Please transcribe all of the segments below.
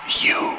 You.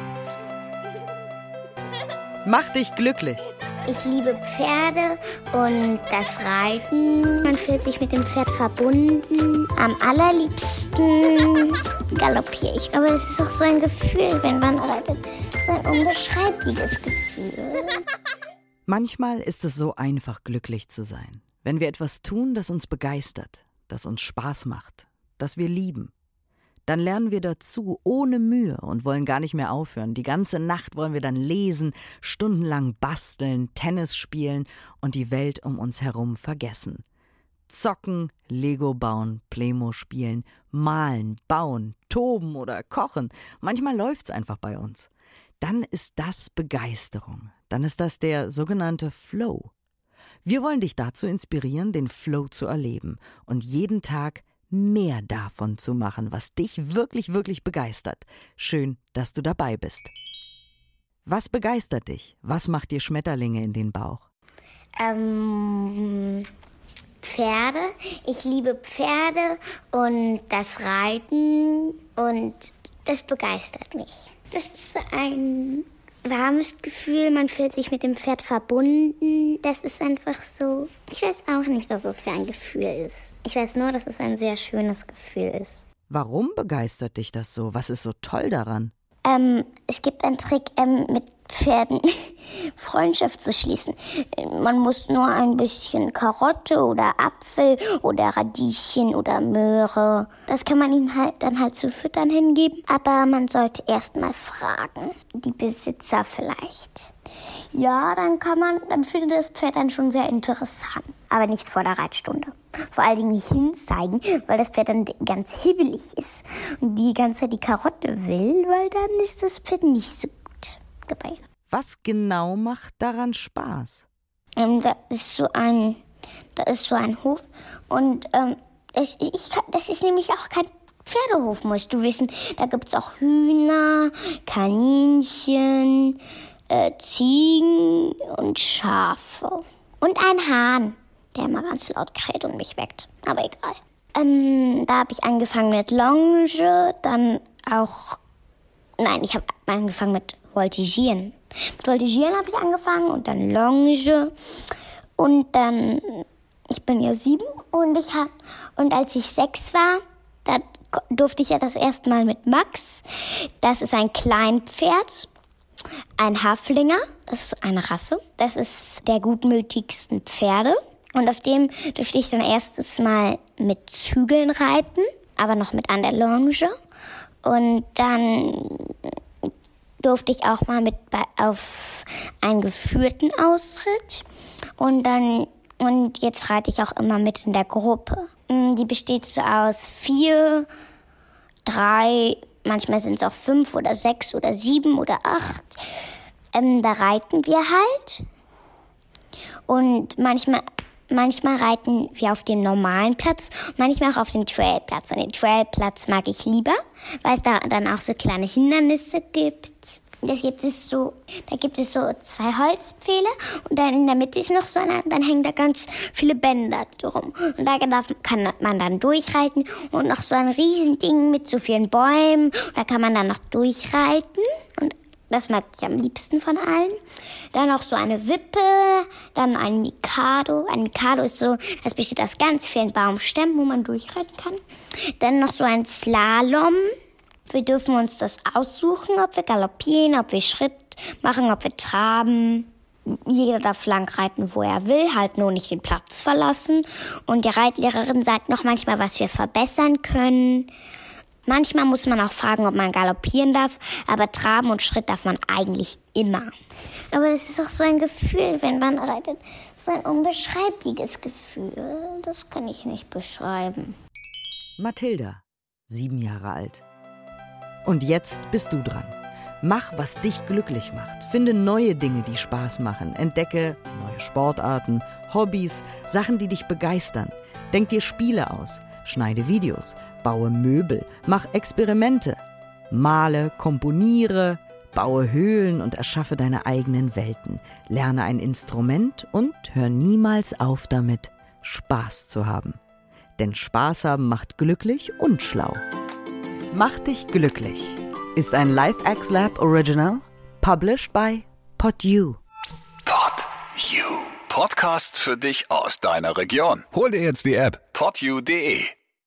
Mach dich glücklich. Ich liebe Pferde und das Reiten. Man fühlt sich mit dem Pferd verbunden. Am allerliebsten galoppiere ich. Aber es ist auch so ein Gefühl, wenn man reitet. So ein unbeschreibliches Gefühl. Manchmal ist es so einfach, glücklich zu sein. Wenn wir etwas tun, das uns begeistert, das uns Spaß macht, das wir lieben. Dann lernen wir dazu ohne Mühe und wollen gar nicht mehr aufhören. Die ganze Nacht wollen wir dann lesen, stundenlang basteln, Tennis spielen und die Welt um uns herum vergessen. Zocken, Lego bauen, Playmo spielen, malen, bauen, toben oder kochen. Manchmal läuft's einfach bei uns. Dann ist das Begeisterung. Dann ist das der sogenannte Flow. Wir wollen dich dazu inspirieren, den Flow zu erleben und jeden Tag mehr davon zu machen, was dich wirklich, wirklich begeistert. Schön, dass du dabei bist. Was begeistert dich? Was macht dir Schmetterlinge in den Bauch? Pferde. Ich liebe Pferde und das Reiten und das begeistert mich. Das ist so ein warmes Gefühl, man fühlt sich mit dem Pferd verbunden. Das ist einfach so, ich weiß auch nicht, was das für ein Gefühl ist. Ich weiß nur, dass es ein sehr schönes Gefühl ist. Warum begeistert dich das so? Was ist so toll daran? Es gibt einen Trick, mit Pferden Freundschaft zu schließen. Man muss nur ein bisschen Karotte oder Apfel oder Radieschen oder Möhre. Das kann man ihnen dann halt zu füttern hingeben. Aber man sollte erst mal fragen, die Besitzer vielleicht. Ja, dann findet das Pferd dann schon sehr interessant. Aber nicht vor der Reitstunde. Vor allen Dingen nicht hinzeigen, weil das Pferd dann ganz hibbelig ist und die ganze Zeit die Karotte will, weil dann ist das Pferd nicht so gut dabei. Was genau macht daran Spaß? Da ist so ein Hof und das ist nämlich auch kein Pferdehof, musst du wissen. Da gibt's auch Hühner, Kaninchen, Ziegen und Schafe und ein Hahn, der immer ganz laut kräht und mich weckt. Aber egal. Da habe ich angefangen mit Longe, dann auch... Nein, ich habe angefangen mit Voltigieren. Mit Voltigieren habe ich angefangen und dann Longe. Und dann... Ich bin ja 7 und als ich 6 war, da durfte ich ja das erste Mal mit Max. Das ist ein Kleinpferd. Ein Haflinger, das ist eine Rasse. Das ist der gutmütigsten Pferde. Und auf dem durfte ich dann erstes Mal mit Zügeln reiten, aber noch mit an der Longe. Und dann durfte ich auch mal auf einen geführten Ausritt. Und jetzt reite ich auch immer mit in der Gruppe. Die besteht so aus 4, 3, manchmal sind es auch 5 oder 6 oder 7 oder 8. Da reiten wir halt. Und manchmal reiten wir auf dem normalen Platz, manchmal auch auf dem Trailplatz. Und den Trailplatz mag ich lieber, weil es da dann auch so kleine Hindernisse gibt. Da gibt es so 2 Holzpfähle und dann in der Mitte ist noch so dann hängen da ganz viele Bänder drum. Und da kann man dann durchreiten und noch so ein Riesending mit so vielen Bäumen. Da kann man dann noch durchreiten und das mag ich am liebsten von allen. Dann noch so eine Wippe, dann ein Mikado. Ein Mikado ist so, das besteht aus ganz vielen Baumstämmen, wo man durchreiten kann. Dann noch so ein Slalom. Wir dürfen uns das aussuchen, ob wir galoppieren, ob wir Schritt machen, ob wir traben. Jeder darf lang reiten, wo er will, halt nur nicht den Platz verlassen. Und die Reitlehrerin sagt noch manchmal, was wir verbessern können. Manchmal muss man auch fragen, ob man galoppieren darf, aber traben und Schritt darf man eigentlich immer. Aber das ist auch so ein Gefühl, wenn man reitet. So ein unbeschreibliches Gefühl. Das kann ich nicht beschreiben. Mathilda, 7 Jahre alt. Und jetzt bist du dran. Mach, was dich glücklich macht. Finde neue Dinge, die Spaß machen. Entdecke neue Sportarten, Hobbys, Sachen, die dich begeistern. Denk dir Spiele aus. Schneide Videos. Baue Möbel. Mach Experimente. Male, komponiere. Baue Höhlen und erschaffe deine eigenen Welten. Lerne ein Instrument und hör niemals auf damit, Spaß zu haben. Denn Spaß haben macht glücklich und schlau. Mach dich glücklich. ist ein LifeX Lab Original, published by PodU. PodU. Podcast für dich aus deiner Region. Hol dir jetzt die App podu.de.